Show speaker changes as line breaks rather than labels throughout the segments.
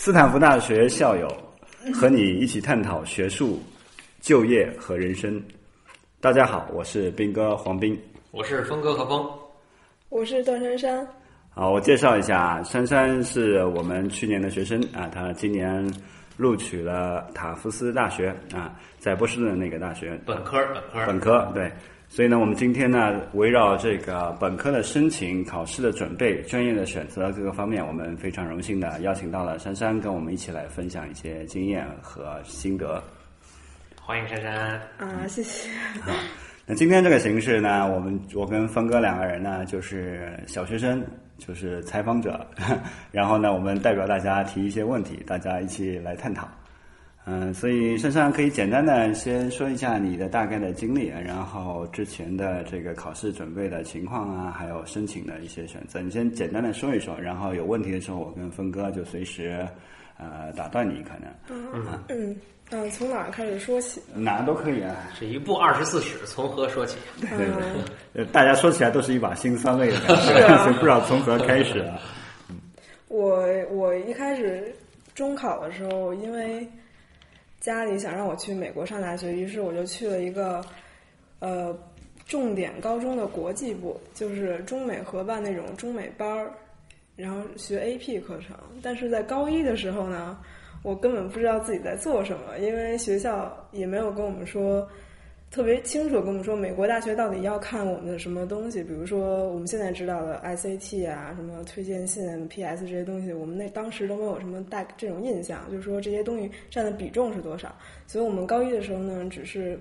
斯坦福大学校友，和你一起探讨学术、就业和人生。大家好，我是斌哥黄斌，
我是峰哥何峰，
我是段珊珊。
好，我介绍一下，珊珊是我们去年的学生啊，她今年录取了塔夫斯大学啊，在波士顿的那个大学，本科对。所以呢，我们今天呢，围绕这个本科的申请、考试的准备、专业的选择各个方面，我们非常荣幸的邀请到了珊珊，跟我们一起来分享一些经验和心得。
欢迎珊珊
啊，谢谢。
那今天这个形式呢，我跟峰哥两个人呢，就是小学生，就是采访者，然后呢，我们代表大家提一些问题，大家一起来探讨。所以珊珊可以简单的先说一下你的大概的经历，然后之前的这个考试准备的情况啊，还有申请的一些选择，你先简单的说一说，然后有问题的时候，我跟峰哥就随时打断你，可能。
从哪儿开始说起？
哪都可以啊，
是一部24史，从何说起？
对，大家说起来都是一把辛酸泪的感觉，所以不知道从何开始啊。
我一开始中考的时候，因为家里想让我去美国上大学，于是我就去了一个重点高中的国际部，就是中美合办那种中美班儿，然后学 AP 课程。但是在高一的时候呢，我根本不知道自己在做什么，因为学校也没有跟我们说特别清楚地跟我们说美国大学到底要看我们的什么东西，比如说我们现在知道的 SAT 啊，什么推荐信 PS 这些东西，我们当时都没有什么这种印象，就是说这些东西占的比重是多少。所以我们高一的时候呢，只是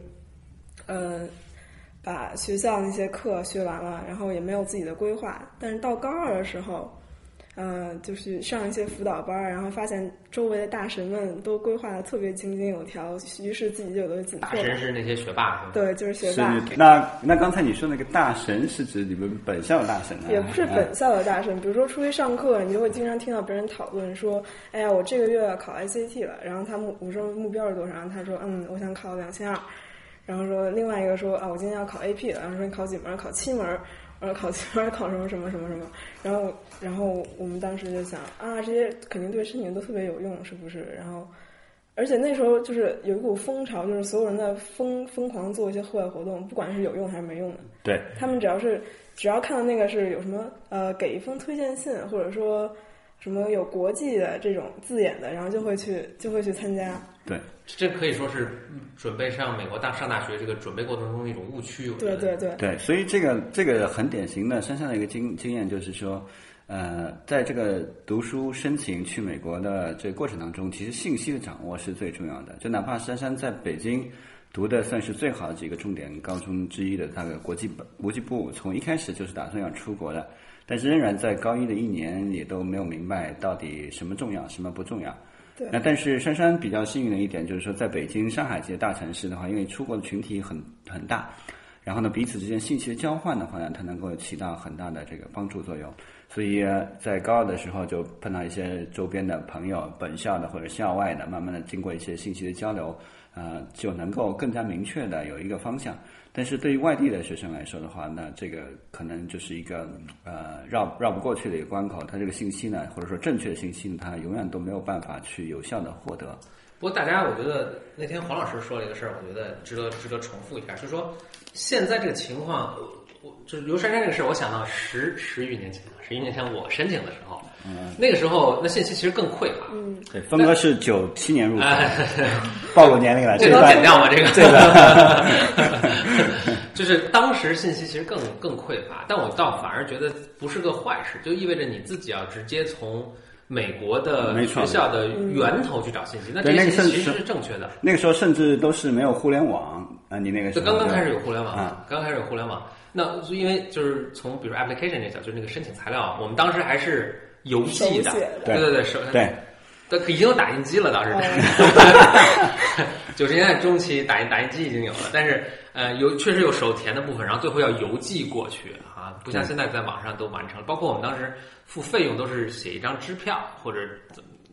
把学校那些课学完了，然后也没有自己的规划。但是到高二的时候就是上一些辅导班，然后发现周围的大神们都规划的特别井井有条，于是自己就有了紧迫感。
大神是那些学霸是吧？
对，就是学霸。
那刚才你说那个大神是指你们本校的大神啊？
也不是本校的大神，比如说出去上课，你就会经常听到别人讨论说，哎呀，我这个月要考 SAT 了，然后我说目标是多少？然后他说，我想考2200，然后说另外一个说啊，我今天要考 AP 了，然后说你考几门？考7门。我说考7门，考什么，然后我们当时就想啊，这些肯定对申请都特别有用，是不是？然后，而且那时候就是有一股风潮，就是所有人在疯狂做一些户外活动，不管是有用还是没用的。对，他们只要看到那个是有什么给一封推荐信，或者说什么有国际的这种字眼的，然后就会去参加。对，
这可以说是准备上美国上大学这个准备过程中的一种误区。
对，
所以这个很典型的珊珊的一个经验就是说，在这个读书申请去美国的这个过程当中，其实信息的掌握是最重要的。就哪怕珊珊在北京读的算是最好的几个重点高中之一的那个国际部，从一开始就是打算要出国的，但是仍然在高一的1年也都没有明白到底什么重要，什么不重要。
对，
那但是珊珊比较幸运的一点就是说，在北京、上海这些大城市的话，因为出国的群体很大，然后呢，彼此之间信息的交换的话呢，它能够起到很大的这个帮助作用。所以在高二的时候就碰到一些周边的朋友，本校的或者校外的，慢慢的经过一些信息的交流，就能够更加明确的有一个方向。但是对于外地的学生来说的话，那这个可能就是一个绕不过去的一个关口。它这个信息呢，或者说正确的信息呢，它永远都没有办法去有效的获得。
不过大家，我觉得那天黄老师说了一个事儿，我觉得值得重复一下，就是说现在这个情况，就是刘珊珊这个事儿，我想到十余年前我申请的时候，那个时候那信息其实更匮乏。
对，峰哥是97年入学，暴露年龄了，
这能剪掉吗？这个就是当时信息其实更匮乏，但我倒反而觉得不是个坏事，就意味着你自己要直接从美国的学校的源头去找信息，那这些信息其实是正确的。
那个时候甚至都是没有互联网啊，你那个时候
刚刚开始有互联网，刚开始有互联网。那因为就是从比如说 application 这角，就是那个申请材料，我们当时还是邮寄的，对，已经有打印机了，当时。90年代中期打印机已经有了，但是确实有手填的部分，然后最后要邮寄过去啊，不像现在在网上都完成了。包括我们当时付费用都是写一张支票或者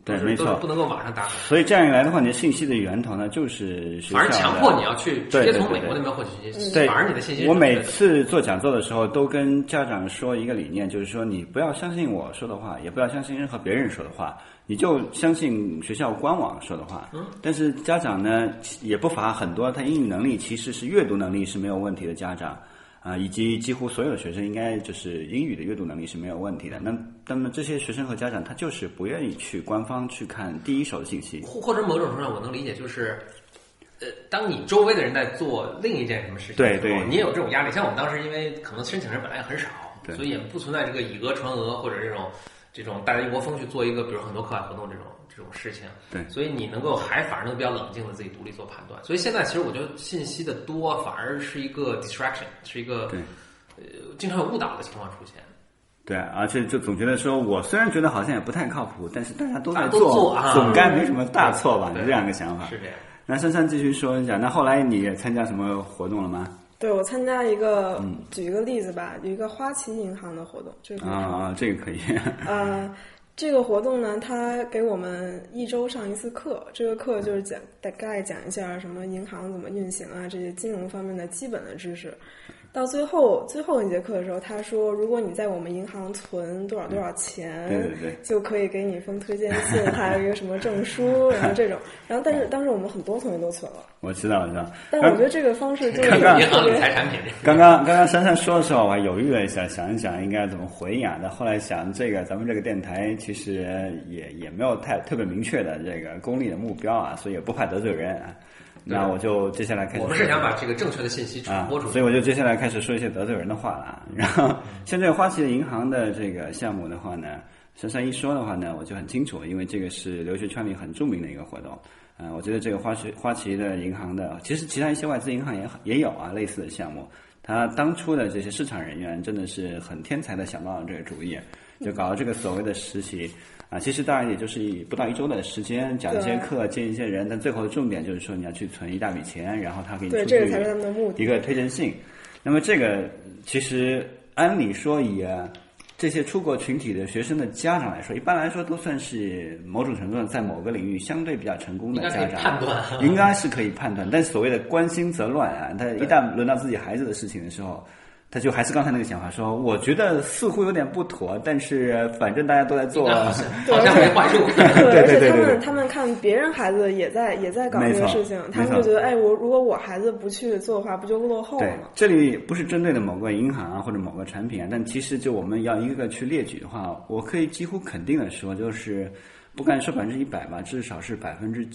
对，没错，
不能够网上打卡。
所以这样一来的话，你的信息的源头呢，就是学校
反而强迫你要去直接从美国那边获取信息，反而你的信息。
我每次做讲座的时候，都跟家长说一个理念，就是说你不要相信我说的话，也不要相信任何别人说的话，你就相信学校官网说的话。但是家长呢，也不乏很多他英语能力其实是阅读能力是没有问题的家长。以及几乎所有的学生应该就是英语的阅读能力是没有问题的。那么这些学生和家长他就是不愿意去官方去看第一手的信息，
或者某种程度上我能理解，就是当你周围的人在做另一件什么事情的时候，你也有这种压力。像我们当时因为可能申请人本来也很少，所以也不存在这个以讹传讹或者这种大家一窝蜂去做一个比如很多课外活动这种事情。
对，
所以你能够反而能比较冷静的自己独立做判断。所以现在其实我觉得信息的多反而是一个 distraction， 是一个经常有误导的情况出现。
对，而且就总觉得说，我虽然觉得好像也不太靠谱，但是大家都在
做，
总该没什么大错吧？有这样一个想法。
是这样。
那珊珊继续说一下，那后来你也参加什么活动了吗？
对，我参加一个，举一个例子吧，有一个花旗银行的活动，这个
这个可以。
这个活动呢，它给我们一周上一次课，这个课就是大概讲一下什么银行怎么运行啊，这些金融方面的基本的知识。到最后一节课的时候，他说，如果你在我们银行存多少钱，
对，
就可以给你一封推荐信，还有一个什么证书，然后这种。然后但是当时我们很多同学都存了。我知道。但我觉得这个方式就是
银行理财产品。
刚刚珊珊说的时候，我还犹豫了一下，想一想应该怎么回应啊。但后来想，咱们这个电台其实也没有特别明确的这个功利的目标啊，所以也不怕得罪人啊。那我就接下来开始。
我们是想把这个正确的信息传播出去，
所以我就接下来开始说一些得罪人的话了。然后，像这个花旗的银行的这个项目的话呢，珊珊一说的话呢，我就很清楚，因为这个是留学圈里很著名的一个活动。我觉得这个花旗的银行的，其实其他一些外资银行也有啊类似的项目。他当初的这些市场人员真的是很天才的想到了这个主意，就搞了这个所谓的实习。其实当然也就是不到1周的时间，讲一些课，见一些人，但最后的重点就是说你要去存一大笔钱，然后他给你出具
这个才是他们的目的，
一个推荐信。那么这个其实按理说以这些出国群体的学生的家长来说，一般来说都算是某种程度上在某个领域相对比较成功的家长，应该是可以判断。但所谓的关心则乱啊，他一旦轮到自己孩子的事情的时候，他就还是刚才那个想法，说我觉得似乎有点不妥，但是反正大家都在做，
好像没坏处。
对，他们看别人孩子也在搞这个事情，他们就觉得，如果我孩子不去做的话，不就落后了吗？
这里不是针对的某个银行啊或者某个产品啊，但其实就我们要一个个去列举的话，我可以几乎肯定的说，就是不敢说100%吧，至少是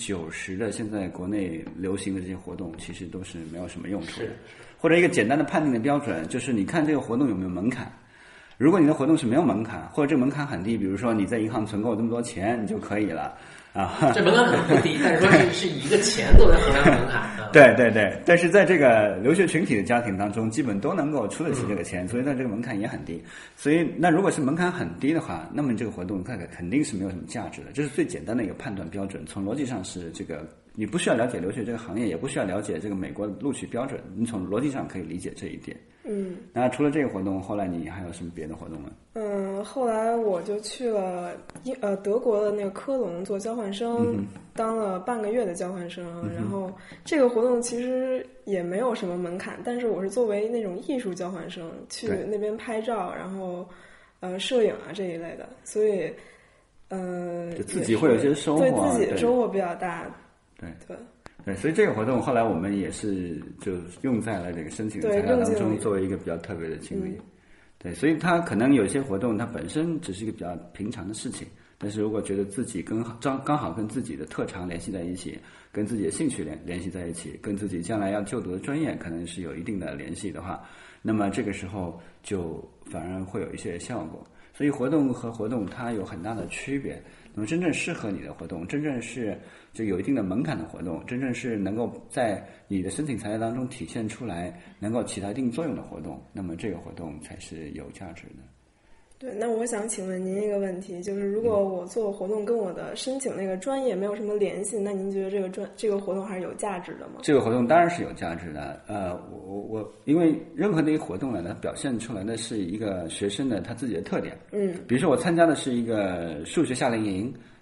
90%的现在国内流行的这些活动，其实都是没有什么用处的。或者一个简单的判定的标准，就是你看这个活动有没有门槛。如果你的活动是没有门槛，或者这个门槛很低，比如说你在银行存够这么多钱，你就可以了啊。
这门槛很不低，但是说是以一个钱作为衡量的门槛。
对，但是在这个留学群体的家庭当中，基本都能够出得起这个钱，所以它这个门槛也很低。所以那如果是门槛很低的话，那么这个活动看肯定是没有什么价值的。这是最简单的一个判断标准，从逻辑上是这个。你不需要了解留学这个行业，也不需要了解这个美国的录取标准，你从逻辑上可以理解这一点。那除了这个活动，后来你还有什么别的活动吗？
后来我就去了德国的那个科隆做交换生，当了半个月的交换生。然后这个活动其实也没有什么门槛，但是我是作为那种艺术交换生去那边拍照，然后摄影啊这一类的，所以
就自己会有些收获，
对自己的收获比较大。
对，所以这个活动后来我们也是就用在了这个申请的材料当中，作为一个比较特别的经历。对，所以它可能有些活动它本身只是一个比较平常的事情，但是如果觉得自己刚好跟自己的特长联系在一起，跟自己的兴趣联系在一起，跟自己将来要就读的专业可能是有一定的联系的话，那么这个时候就反而会有一些效果。所以活动和活动它有很大的区别。那么真正适合你的活动，真正是就有一定的门槛的活动，真正是能够在你的申请材料当中体现出来，能够起到一定作用的活动，那么这个活动才是有价值的。
对，那我想请问您一个问题，就是如果我做活动跟我的申请那个专业没有什么联系，那您觉得这个活动还是有价值的吗？
这个活动当然是有价值的。我因为任何的一个活动呢，它表现出来的是一个学生的他自己的特点。比如说我参加的是一个数学夏令营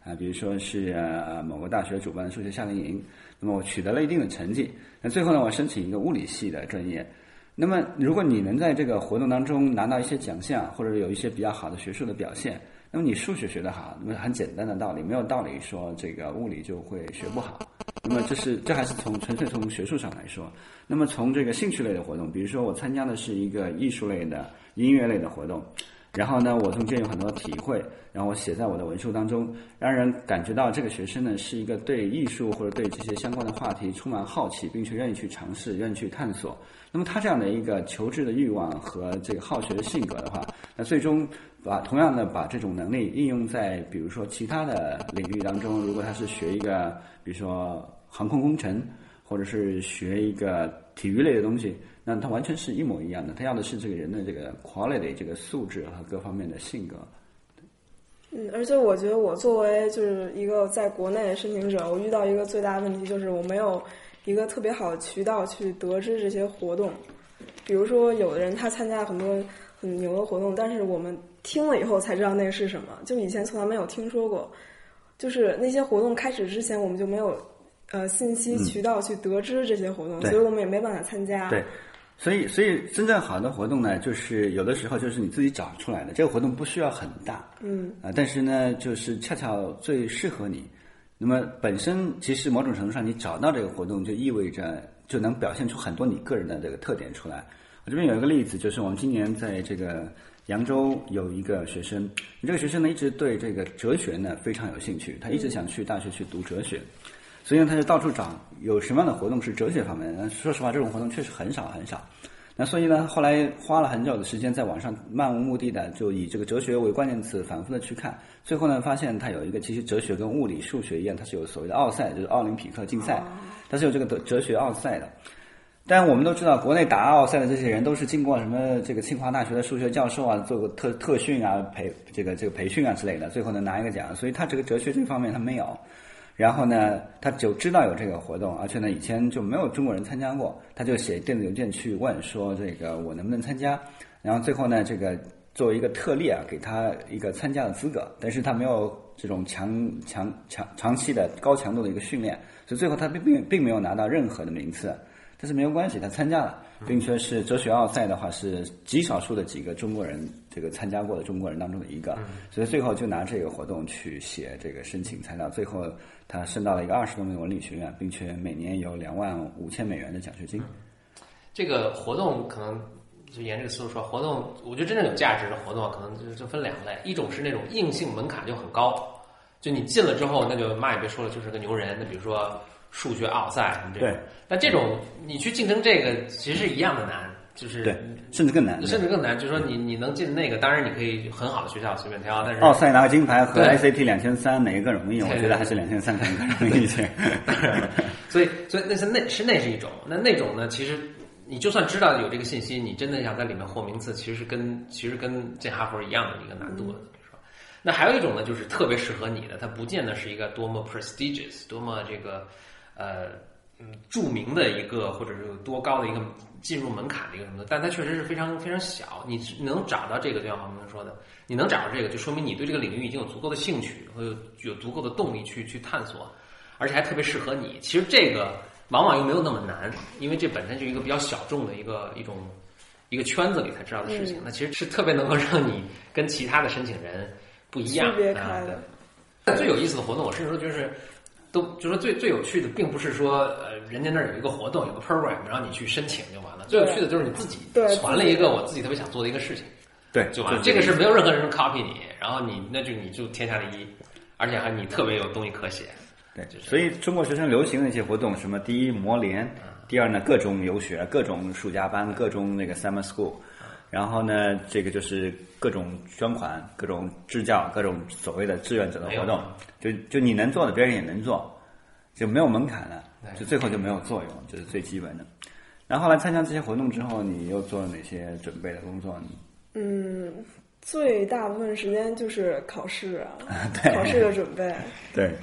比如说是某个大学主办的数学夏令营，那么我取得了一定的成绩，那最后呢我申请一个物理系的专业。那么如果你能在这个活动当中拿到一些奖项，或者有一些比较好的学术的表现，那么你数学学得好，那么很简单的道理，没有道理说这个物理就会学不好。那么这还是纯粹从学术上来说。那么从这个兴趣类的活动，比如说我参加的是一个艺术类的音乐类的活动，然后呢我中间有很多体会，然后我写在我的文书当中，让人感觉到这个学生呢是一个对艺术或者对这些相关的话题充满好奇，并且愿意去尝试，愿意去探索。那么他这样的一个求知的欲望和这个好学的性格的话，那最终同样的把这种能力应用在比如说其他的领域当中，如果他是学一个比如说航空工程，或者是学一个体育类的东西，那他完全是一模一样的，他要的是这个人的这个 quality 这个素质和各方面的性格。
而且我觉得我作为就是一个在国内的申请者，我遇到一个最大的问题就是我没有一个特别好的渠道去得知这些活动。比如说有的人他参加很多很牛的活动，但是我们听了以后才知道那个是什么，就以前从来没有听说过。就是那些活动开始之前我们就没有信息渠道去得知这些活动，所以我们也没办法参加。
对，所以真正好的活动呢，就是有的时候就是你自己找出来的，这个活动不需要很大，但是呢就是恰巧最适合你。那么本身其实某种程度上你找到这个活动就意味着就能表现出很多你个人的这个特点出来。我这边有一个例子，就是我们今年在这个扬州有一个学生，这个学生呢一直对这个哲学呢非常有兴趣，他一直想去大学去读哲学，所以呢他就到处找有什么样的活动是哲学方面的。说实话这种活动确实很少很少，那所以呢后来花了很久的时间在网上漫无目的的就以这个哲学为关键词反复的去看，最后呢发现它有一个其实哲学跟物理数学一样，它是有所谓的奥赛，就是奥林匹克竞赛，它是有这个哲学奥赛的。但我们都知道国内打奥赛的这些人都是经过什么这个清华大学的数学教授啊做过特训啊这个培训啊之类的，最后能拿一个奖，所以他这个哲学这方面他没有。然后呢他就知道有这个活动，而且呢以前就没有中国人参加过，他就写电子邮件去问说这个我能不能参加，然后最后呢这个作为一个特例啊给他一个参加的资格，但是他没有这种长期的高强度的一个训练，所以最后他并没有拿到任何的名次。但是没有关系，他参加了，并且是哲学奥赛的话是极少数的几个中国人这个参加过的中国人当中的一个，所以最后就拿这个活动去写这个申请材料，最后他升到了一个20多名文理学院，并且每年有25000美元的奖学金。
这个活动可能就沿这个思路说，活动我觉得真正有价值的活动可能就分两类，一种是那种硬性门槛就很高，就你进了之后那就嘛也别说了，就是个牛人。那比如说数学奥赛什么这种，
对，
但这种你去竞争这个其实是一样的难，就是
对，甚至更难，
就是说你能进那个，当然你可以很好的学校随便挑，但是
奥赛拿个金牌和 SAT 2300哪个更容易？我觉得还是2300更容易一些。
所以那是一种，那种呢，其实你就算知道有这个信息，你真的想在里面获名次，其实跟这哈佛一样的一个难度的。那还有一种呢，就是特别适合你的，它不见得是一个多么 prestigious 多么这个著名的一个，或者是有多高的一个进入门槛的一个什么的，但它确实是非常非常小。你能找到这个，就像黄明说的，你能找到这个，就说明你对这个领域已经有足够的兴趣和有足够的动力去探索，而且还特别适合你。其实这个往往又没有那么难，因为这本身就是一个比较小众的一个圈子里才知道的事情。那其实是特别能够让你跟其他的申请人不一样，
区别开的。
最有意思的活动，我甚至说就说最有趣的，并不是说人家那儿有一个活动有个 program， 然后你去申请就完了。最有趣的就是你自己传了一个我自己特别想做的一个事情，
对，
就完了。这个是没有任何人能 copy 你，然后你就天下第一，而且还你特别有东西可写。
对，所以中国学生流行的一些活动，什么第一模联，第二呢各种游学，各种暑假班，各种那个 summer school。然后呢，这个就是各种捐款、各种支教、各种所谓的志愿者的活动，就你能做的，别人也能做，就没有门槛了，就最后就没有作用，这是最基本的。然后来参加这些活动之后，你又做了哪些准备的工作呢？
最大部分时间就是考试啊，
对，
考试的准备。
对，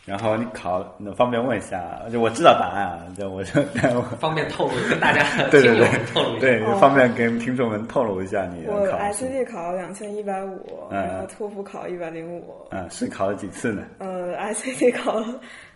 然后你考，那方便问一下，就我知道答案啊，就我就
方便透露跟大家
对对
听友
对
透露一下。
对，方便给听众们透露一下你的
我
考试。
ICT 考了2150，然后托福考105。
是考了几次呢？
ICT 考了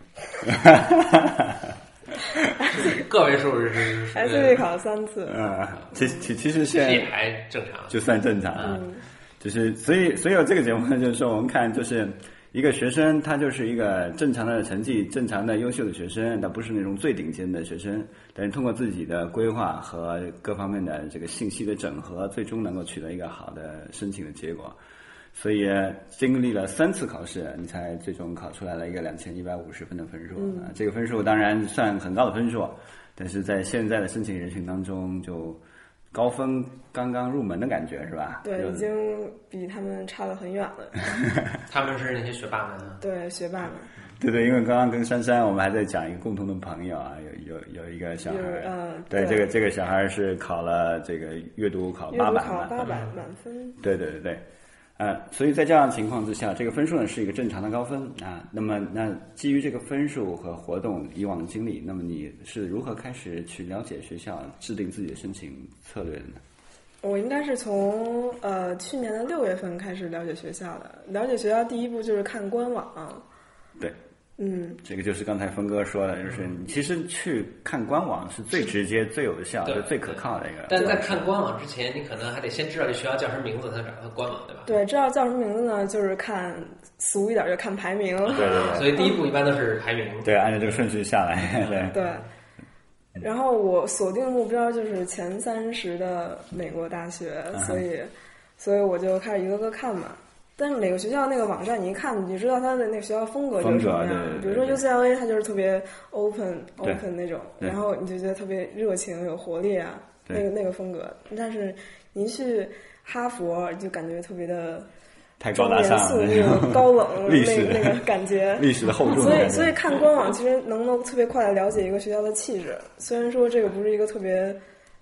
个位数是
ICT 考了3次。
其实现在
也还正常，
就算正常啊。就是所以有这个节目呢，就是说我们看就是一个学生，他就是一个正常的成绩、正常的优秀的学生，他不是那种最顶尖的学生，但是通过自己的规划和各方面的这个信息的整合，最终能够取得一个好的申请的结果。所以经历了3次考试，你才最终考出来了一个2150分的分数。这个分数当然算很高的分数，但是在现在的申请人群当中，就高分刚刚入门的感觉是吧？
对，已经比他们差得很远了。
他们是那些学霸们。
对，学霸们。
对，因为刚刚跟珊珊我们还在讲一个共同的朋友啊，有一个小孩，对，这个小孩是考了这个阅读考800
满分。
对。所以在这样的情况之下，这个分数呢是一个正常的高分啊。那么基于这个分数和活动以往的经历，那么你是如何开始去了解学校、制定自己的申请策略的呢？
我应该是从去年的6月份开始了解学校的。了解学校第一步就是看官网。
对。这个就是刚才峰哥说的，就是你其实去看官网是最直接、最有效、最可靠的一个。
但在看官网之前，你可能还得先知道这学校叫什么名字，才能找到官网，对吧？
对，知道叫什么名字呢？就是看俗一点，就看排名。
对。
所以第一步一般都是排名。
对，按照这个顺序下来。对。
然后我锁定的目标就是前30的美国大学，所以我就开始一个个看嘛。但是每个学校那个网站你一看，你就知道它的那个学校风格就是什么样。比如说 UCLA 它就是特别 open 那种，然后你就觉得特别热情有活力啊，那个风格。但是你去哈佛就感觉特别的
太高大上
了，高冷那个感觉，
历史的厚重。
所以看官网其实能够特别快的了解一个学校的气质。虽然说这个不是一个特别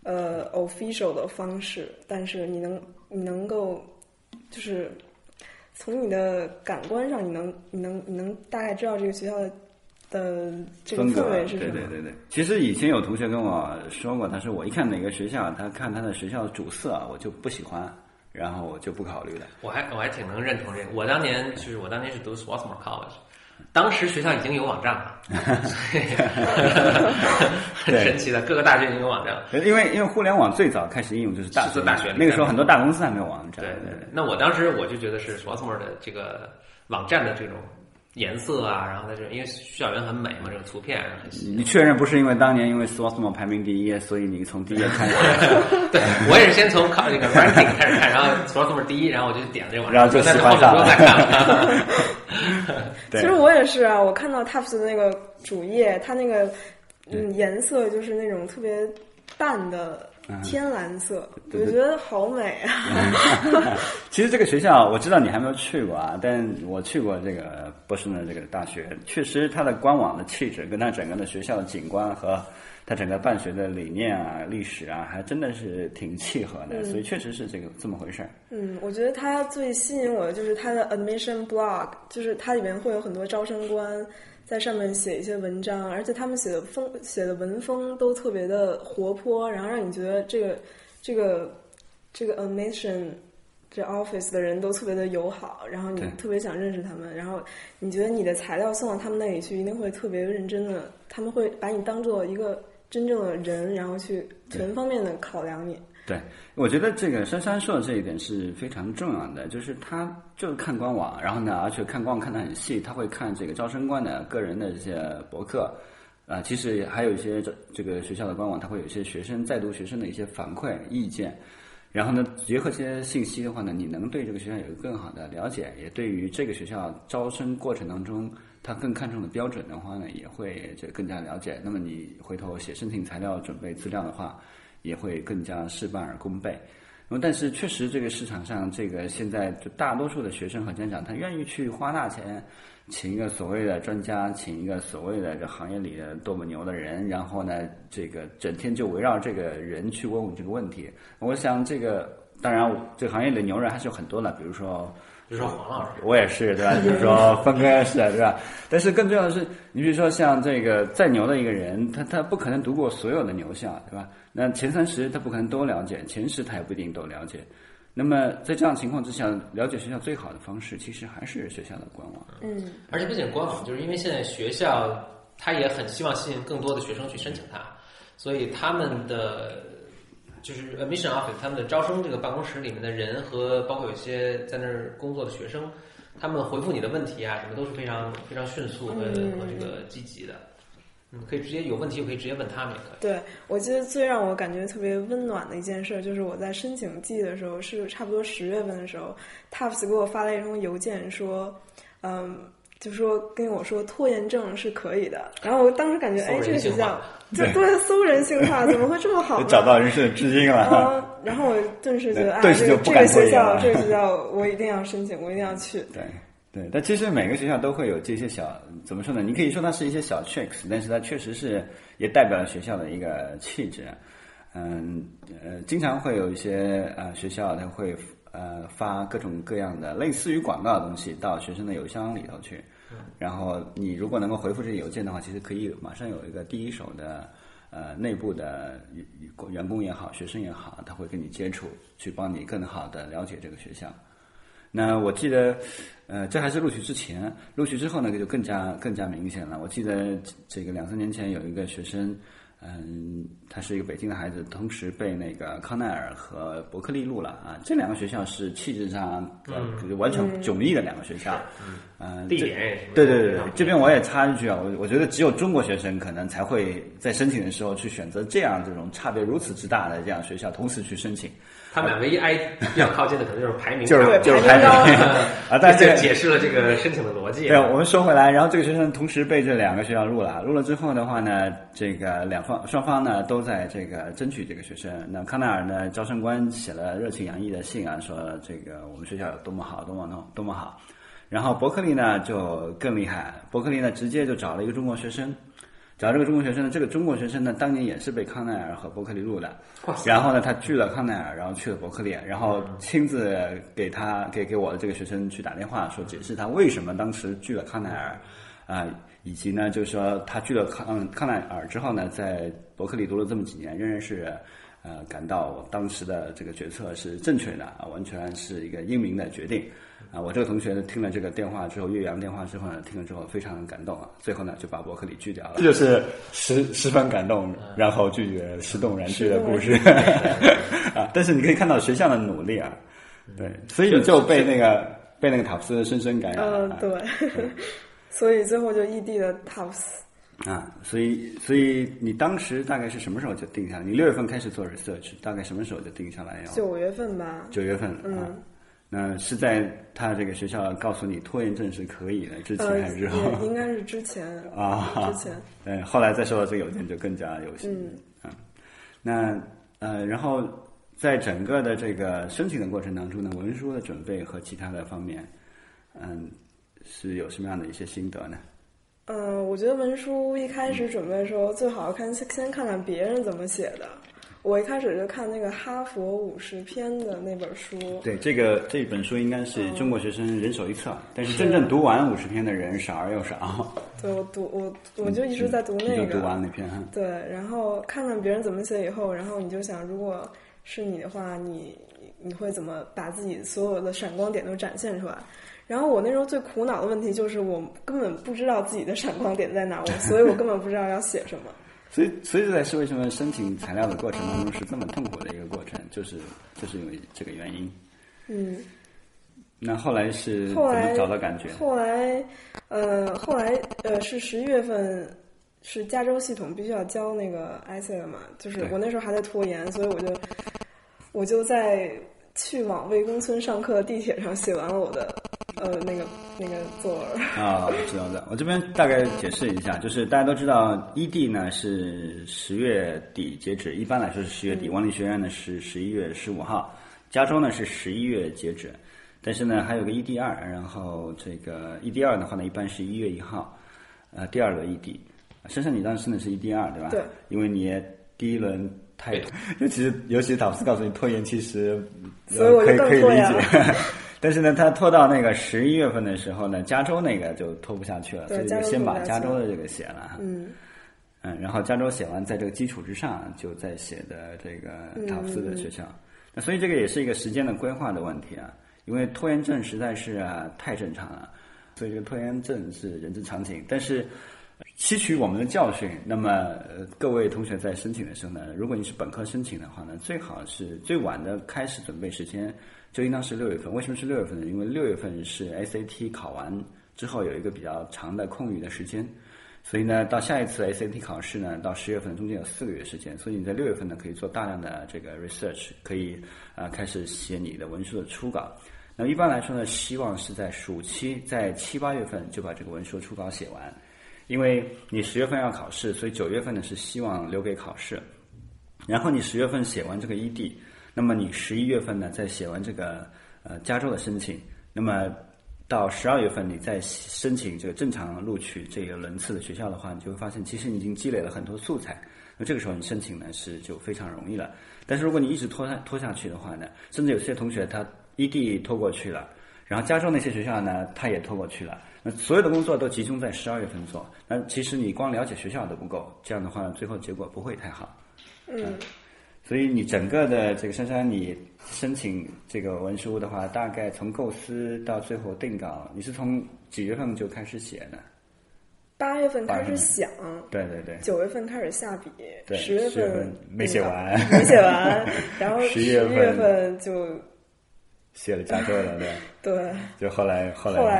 official 的方式，但是你能够就是从你的感官上，你能大概知道这个学校的这个氛围是什么。
对。其实以前有同学跟我说过，他说我一看哪个学校，他看他的学校主色，我就不喜欢。然后我就不考虑了。
我还挺能认同这个。我当年是读 Swarthmore College， 当时学校已经有网站了，很神奇的，各个大学已经有网站了。
因为互联网最早开始应用就是大学，那个时候很多大公司还没有网站。
对。那我当时我就觉得是 Swarthmore 的这个网站的这种颜色啊，然后它这因为校园很美嘛，这个图片很细。
你确认不是因为当年因为 Swarthmore 排名第一，所以你从第一页看？
对，我也是先从靠这个 ranking 开始看，然后 Swarthmore 第一，然后我就点了这个网站，
然后就喜欢上了。
再看了。
其实我也是啊，我看到 Tufts 的那个主页，它那个颜色就是那种特别淡的天蓝色，我觉得好美啊！
其实这个学校我知道你还没有去过啊，但我去过这个波士顿这个大学，确实它的官网的气质跟它整个的学校的景观和它整个办学的理念啊、历史啊，还真的是挺契合的，所以确实是这么回事儿。
我觉得它最吸引我的就是它的 admission blog， 就是它里面会有很多招生官在上面写一些文章，而且他们写的文风都特别的活泼，然后让你觉得这个 admission 这 office 的人都特别的友好，然后你特别想认识他们，然后你觉得你的材料送到他们那里去一定会特别认真的，他们会把你当做一个真正的人，然后去全方面的考量你。
对，我觉得这个珊珊说的这一点是非常重要的，就是他就是看官网，然后呢，而且看官网看得很细，他会看这个招生官的个人的这些博客，其实还有一些这个学校的官网，它会有一些在读学生的一些反馈意见，然后呢，结合这些信息的话呢，你能对这个学校有一个更好的了解，也对于这个学校招生过程当中他更看重的标准的话呢，也会更加了解。那么你回头写申请材料、准备资料的话，也会更加事半而功倍。那么，但是确实这个市场上，这个现在就大多数的学生和家长，他愿意去花大钱，请一个所谓的专家，请一个所谓的这行业里的多么牛的人，然后呢，这个整天就围绕这个人去问这个问题。我想这个当然，这个行业里的牛人还是有很多的，比如说
比如说黄老师，
我也是，对吧？比如说峰哥也是，对吧？但是更重要的是，你比如说像这个再牛的一个人，他不可能读过所有的牛校，对吧？那前30他不可能都了解，前10他也不一定都了解。那么在这样的情况之下，了解学校最好的方式，其实还是学校的官网。
而且不仅官网，就是因为现在学校他也很希望吸引更多的学生去申请它，所以他们的就是 admission office 他们的招生这个办公室里面的人和包括有些在那儿工作的学生，他们回复你的问题啊什么都是非常非常迅速和这个积极的。可以直接有问题，可以直接问他们也可以。
对，我记得最让我感觉特别温暖的一件事，就是我在申请季的时候，是差不多10月份的时候 ，Tufts 给我发了一封邮件说，就说跟我说拖延症是可以的。然后我当时感觉，哎，这个学校就对搜人性化，怎么会这么好呢？
找到人生的知音了。
然后我顿时觉得，
顿时就不敢拖延了。
这个学校我一定要申请，我一定要去。
对，但其实每个学校都会有这些小，怎么说呢？你可以说它是一些小 tricks， 但是它确实是也代表了学校的一个气质。经常会有一些学校它会发各种各样的类似于广告的东西到学生的邮箱里头去，然后你如果能够回复这些邮件的话，其实可以马上有一个第一手的内部的员工也好，学生也好，他会跟你接触，去帮你更好的了解这个学校。那我记得，这还是录取之前，录取之后呢，就更加明显了。我记得这个2-3年前有一个学生，他是一个北京的孩子，同时被那个康奈尔和伯克利录了啊。这2个学校是气质上完全迥异的2个学校，
地点也是。
对，这边我也插一句啊，我觉得只有中国学生可能才会在申请的时候去选择这种差别如此之大的这样学校，同时去申请。
他们俩唯一比较靠近的可能就是排名，
就是排名啊，但
这解释了这个申请的逻辑。
对，我们说回来，然后这个学生同时被这2个学校录了之后的话呢，这个双方呢都在这个争取这个学生。那康奈尔呢，招生官写了热情洋溢的信啊，说这个我们学校有多么好，多么好。然后伯克利呢就更厉害，伯克利呢直接就找了一个中国学生。找这个中国学生呢，这个中国学生呢，当年也是被康奈尔和伯克利录的，然后呢，他拒了康奈尔，然后去了伯克利，然后亲自给我的这个学生去打电话，说解释他为什么当时拒了康奈尔，以及呢，就是说他拒了康奈尔之后呢，在伯克利读了这么几年，仍然是感到我当时的这个决策是正确的完全是一个英明的决定。我这个同学呢听了这个电话之后，岳阳电话之后呢，听了之后非常感动最后呢就把伯克利拒掉了。这就是十分感动，然后拒绝石动燃拒的故事但是你可以看到学校的努力对，所以就被那个塔夫斯深深感染了。
对，所以最后就异地了塔夫斯。
所以你当时大概是什么时候就定下来？你6月份开始做 research， 大概什么时候就定下来
？9月份吧。
9月份，那是在他这个学校告诉你拖延症是可以的之前还是之后？
应该是之前之前。
后来再收到这个邮件就更加有心。那然后在整个的这个申请的过程当中呢，文书的准备和其他的方面，是有什么样的一些心得呢？
我觉得文书一开始准备的时候，最好先看看别人怎么写的。我一开始就看那个哈佛50篇的那本书。
对，这本书应该是中国学生人手一册，但是真正读完50篇的人少而又少。
对，我就一直在读那个。
你就读完那篇
对，然后看看别人怎么写以后，然后你就想，如果是你的话，你会怎么把自己所有的闪光点都展现出来？然后我那时候最苦恼的问题就是我根本不知道自己的闪光点在哪，所以我根本不知道要写什么。
所以这才是为什么申请材料的过程当中是这么痛苦的一个过程，就是因为这个原因。那后来是怎么找到感觉？
后来是11月份，是加州系统必须要交那个 essay 了嘛？就是我那时候还在拖延，所以我就在去往魏公村上课的地铁上写完了我的那个作文
知道的。我这边大概解释一下，就是大家都知道 ED 呢是10月底截止，一般来说是10月底，文理学院呢是11月15号，加州呢是11月截止，但是呢还有个 ED2，然后这个 ED2 的话呢一般是1月1号，第二轮 ED。珊珊你当时申的是 ED2 对吧？
对，
因为你第一轮尤其是导师告诉你拖延，其实
所以我就更
可以理解。 但是呢，他拖到那个11月份的时候呢，加州那个就拖不下去了，所以就先把加州的这个写了。然后加州写完，在这个基础之上，就再写的这个塔夫斯的学校。那所以这个也是一个时间的规划的问题啊，因为拖延症实在是太正常了，所以这个拖延症是人之常情。但是吸取我们的教训，那么各位同学在申请的时候呢，如果你是本科申请的话呢，最好是最晚的开始准备时间就应当是6月份。为什么是6月份呢？因为6月份是 SAT 考完之后有一个比较长的空余的时间。所以呢，到下一次 SAT 考试呢，到10月份中间有4个月时间，所以你在6月份呢可以做大量的这个 research， 可以开始写你的文书的初稿。那么一般来说呢，希望是在暑期，在7、8月份就把这个文书初稿写完，因为你10月份要考试，所以9月份呢是希望留给考试。然后你10月份写完这个 ED， 那么你11月份呢再写完这个加州的申请，那么到12月份你再申请这个正常录取这个轮次的学校的话，你就会发现其实你已经积累了很多素材，那这个时候你申请呢就非常容易了。但是如果你一直拖下去的话呢，甚至有些同学他ED拖过去了，然后加州那些学校呢他也拖过去了，那所有的工作都集中在12月份做，那其实你光了解学校都不够，这样的话最后结果不会太好。所以你整个的这个珊珊，你申请这个文书的话，大概从构思到最后定稿，你是从几月份就开始写的
？8月份开始想，
对对对。
9月份开始下笔，10
月份没写完，
然后11月份就
写了加州了，对。
对。
就后来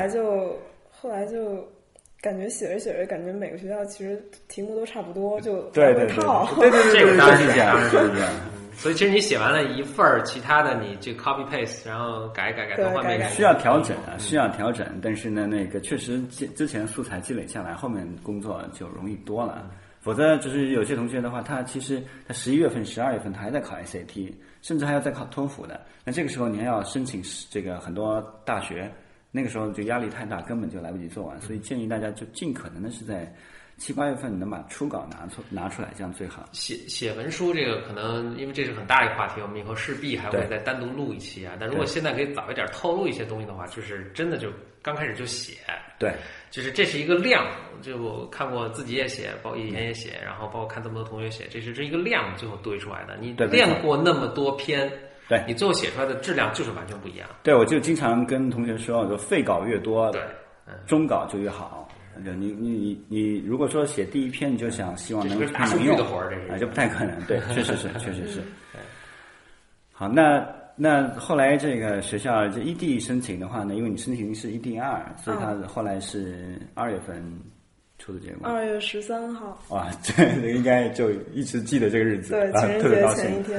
就感觉写着写着，感觉每个学校其实题目都差不多，就
对，
这个当然是这样，所以其实你写完了一份，其他的你就 copy paste， 然后改都换没改。
需要调整啊，需要调整。但是呢，那个确实之前素材积累下来，后面工作就容易多了。否则就是有些同学的话，他其实他11月份、12月份他还在考 SAT， 甚至还要再考托福的。那这个时候你还要申请这个很多大学。那个时候就压力太大，根本就来不及做完，所以建议大家就尽可能的是在7、8月份能把初稿拿出来，这样最好。
写文书这个可能因为这是很大一个话题，我们以后势必还会再单独录一期啊。但如果现在可以早一点透露一些东西的话，就是真的就刚开始就写。
对，
就是这是一个量，就我看过自己也写，包括以前也写，然后包括看这么多同学写，这是一个量最后堆出来的。你练过那么多篇。
对，
你最后写出来的质量就是完全不一样。
对，我就经常跟同学说，我说废稿越多，
对，
中稿就越好。你如果说写第一篇，你就希望能用
的活儿，这
就不太可能。对，确实是。好，那后来这个学校这ED申请的话呢，因为你申请是ED2，所以他后来是2月份出的结果。
2月13号。
哇，这应该就一直记得这个日子。
对，情人节前一天。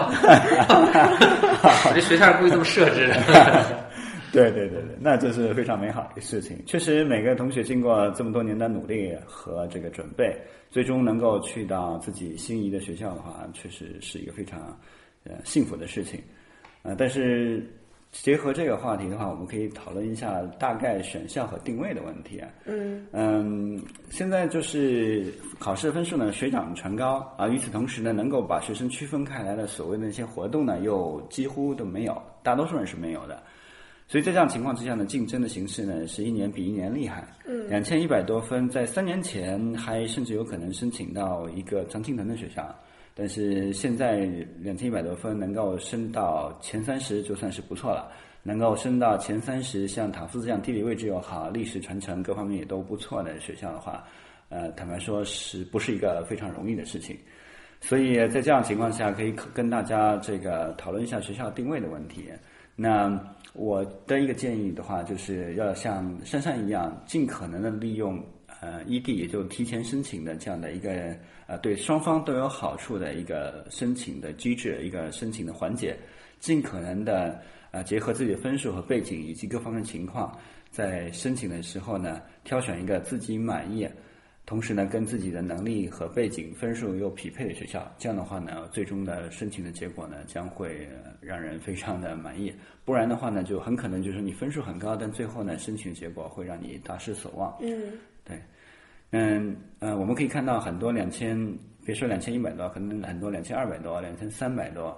我这学校是故意这么设置的。
对，那这是非常美好的事情。确实，每个同学经过这么多年的努力和这个准备，最终能够去到自己心仪的学校的话，确实是一个非常幸福的事情。但是结合这个话题的话，我们可以讨论一下大概选校和定位的问题啊。现在就是考试分数呢水涨船高啊，与此同时呢，能够把学生区分开来的所谓的那些活动呢，又几乎都没有，大多数人是没有的。所以在这样情况之下呢，竞争的形势呢是一年比一年厉害。2100多分，在3年前还甚至有可能申请到一个常青藤的学校。但是现在2100多分能够升到前30就算是不错了，能够升到前30，像塔夫斯这样地理位置又好，历史传承各方面也都不错的学校的话，坦白说是不是一个非常容易的事情。所以在这样情况下，可以跟大家这个讨论一下学校定位的问题。那我的一个建议的话，就是要像珊珊一样，尽可能的利用ED， 也就提前申请的这样的一个对双方都有好处的一个申请的机制，一个申请的环节，尽可能的结合自己的分数和背景以及各方面情况，在申请的时候呢，挑选一个自己满意，同时呢跟自己的能力和背景分数又匹配的学校，这样的话呢，最终的申请的结果呢将会让人非常的满意。不然的话呢，就很可能就是你分数很高，但最后呢申请的结果会让你大失所望。对。我们可以看到很多别说2100多，可能很多2200多、2300多，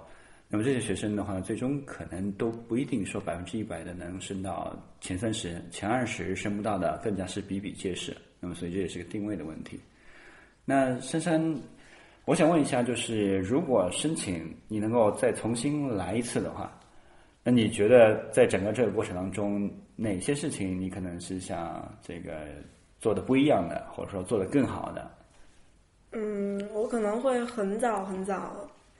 那么这些学生的话，最终可能都不一定说100%的能升到前30、前20，升不到的更加是比比皆是。那么所以这也是个定位的问题。那珊珊，我想问一下，就是如果申请你能够再重新来一次的话，那你觉得在整个这个过程当中，哪些事情你可能是想这个做的不一样的，或者说做的更好的？
我可能会很早很早，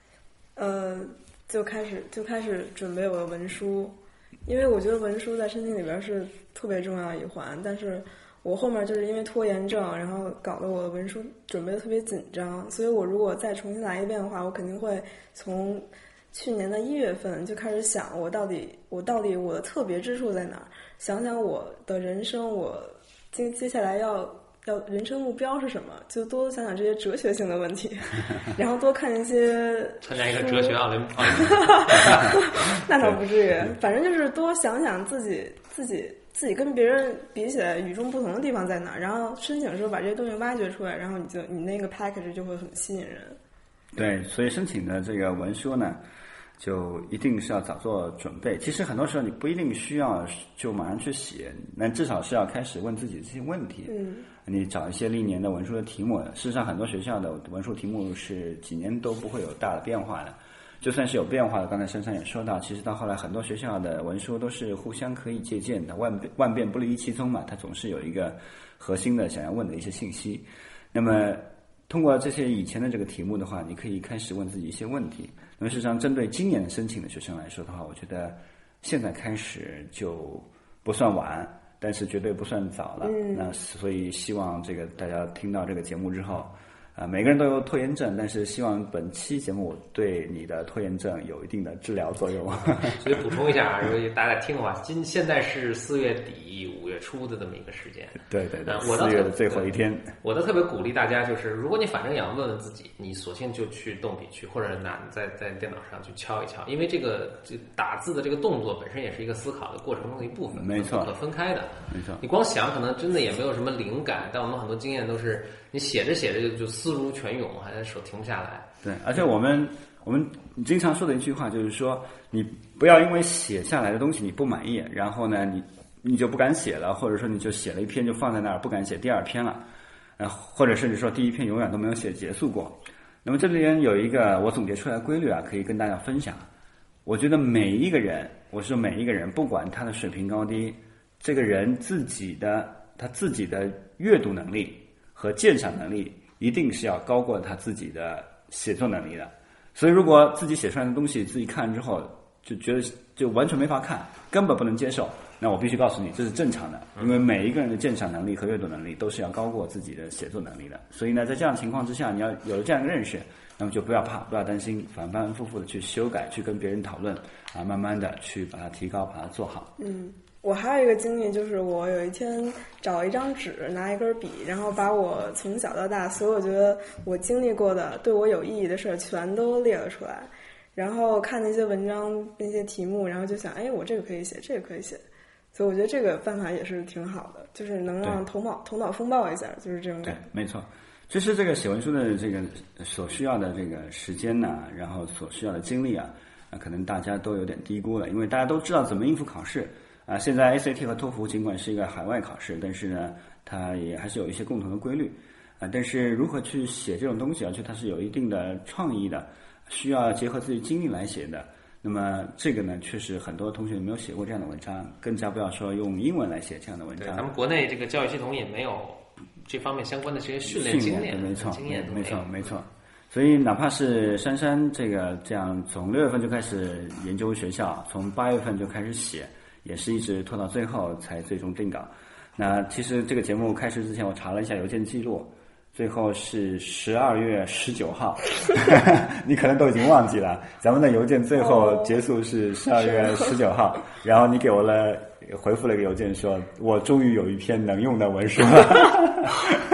就开始准备我的文书，因为我觉得文书在申请里边是特别重要的一环，但是我后面就是因为拖延症，然后搞得我的文书准备的特别紧张，所以我如果再重新来一遍的话，我肯定会从去年的1月份就开始想我到底我的特别之处在哪儿，想想我的人生，我接下来要人生目标是什么，就多想想这些哲学性的问题，然后多看一些
参加一个哲学奥林匹克。
那倒不至于，反正就是多想想自己跟别人比起来与众不同的地方在哪儿，然后申请的时候把这些东西挖掘出来，然后你那个 package 就会很吸引人。
对，所以申请的这个文书呢，就一定是要早做准备。其实很多时候你不一定需要就马上去写，那至少是要开始问自己这些问题。你找一些历年的文书的题目，事实上很多学校的文书题目是几年都不会有大的变化的。就算是有变化的，刚才珊珊也说到，其实到后来很多学校的文书都是互相可以借鉴的，万变不离其宗嘛，它总是有一个核心的想要问的一些信息。那么通过这些以前的这个题目的话，你可以开始问自己一些问题。那么事实上针对今年申请的学生来说的话，我觉得现在开始就不算晚，但是绝对不算早了。那所以希望这个大家听到这个节目之后，每个人都有拖延症，但是希望本期节目对你的拖延症有一定的治疗作用。
所以补充一下啊，如果大家听的话，现在是4月底5月初的这么一个时间。
对，4月的最后一天。我
都特别鼓励大家，就是如果你反正也要问问自己，你索性就去动笔去，或者在电脑上去敲一敲，因为这打字的这个动作本身也是一一个思考的过程中的一部分，
没错，
不可分开的。
没错，
你光想可能真的也没有什么灵感，但我们很多经验都是你写着写着就思如泉涌，还手停不下来。
对，而且我们经常说的一句话就是说，你不要因为写下来的东西你不满意，然后呢你就不敢写了，或者说你就写了一篇就放在那儿不敢写第二篇了，或者甚至说第一篇永远都没有写结束过。那么这里边有一个我总结出来的规律啊，可以跟大家分享。我觉得每一个人，不管他的水平高低，这个人他自己的阅读能力和鉴赏能力一定是要高过他自己的写作能力的。所以如果自己写出来的东西自己看之后就觉得就完全没法看，根本不能接受，那我必须告诉你这是正常的，因为每一个人的鉴赏能力和阅读能力都是要高过自己的写作能力的。所以呢，在这样的情况之下，你要有了这样一个认识，那么就不要怕，不要担心，反反复复的去修改，去跟别人讨论啊，慢慢的去把它提高，把它做好。
我还有一个经历，就是我有一天找一张纸，拿一根笔，然后把我从小到大所有觉得我经历过的对我有意义的事儿全都列了出来，然后看那些文章那些题目，然后就想，哎，我这个可以写，这个可以写。所以我觉得这个办法也是挺好的，就是能让头脑风暴一下，就是这种感觉。
对，没错。其实这个写文书的这个所需要的这个时间呢，然后所需要的精力啊，可能大家都有点低估了，因为大家都知道怎么应付考试啊。现在 ACT 和托福尽管是一个海外考试，但是呢，它也还是有一些共同的规律啊。但是如何去写这种东西啊，它是有一定的创意的，需要结合自己经历来写的。那么这个呢，确实很多同学没有写过这样的文章，更加不要说用英文来写这样的文章。
对，咱们国内这个教育系统也没有这方面相关的这些训练经验，
没错，
经验
没错。所以哪怕是珊珊这样从6月份就开始研究学校，从8月份就开始写，也是一直拖到最后才最终定稿。那其实这个节目开始之前，我查了一下邮件记录，最后是12月19号，你可能都已经忘记了，咱们的邮件最后结束是12月19号，然后你给我回复了一个邮件说，我终于有一篇能用的文书了。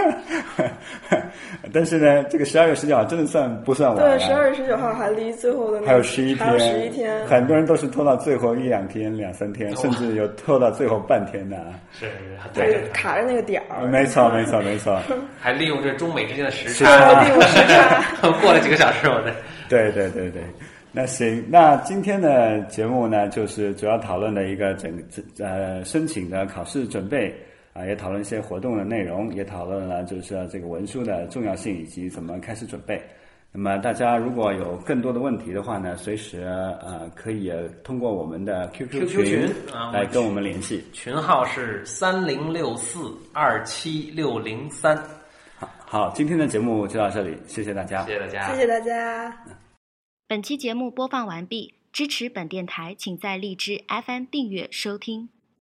但是呢，这个12月19号真的不算晚了。
对，12月19号还离最后的
还有11天，
还有11天，
很多人都是拖到最后1-2天、2-3天，甚至有拖到最后半天的。
是，
对，卡着那个点儿。
没错。
还利用这中美之间的时差，
利用时差，
过了几个小时，我的。
对。 那行，那今天的节目呢，就是主要讨论了一个申请的考试准备啊，也讨论一些活动的内容，也讨论了就是这个文书的重要性以及怎么开始准备。那么大家如果有更多的问题的话呢，随时可以通过我们的 QQ 群来跟我们联系，
群号是3064276003。
好，今天的节目就到这里，谢谢大家，
谢谢大家，
谢谢大家。
本期节目播放完毕，支持本电台，请在荔枝 FM 订阅收听。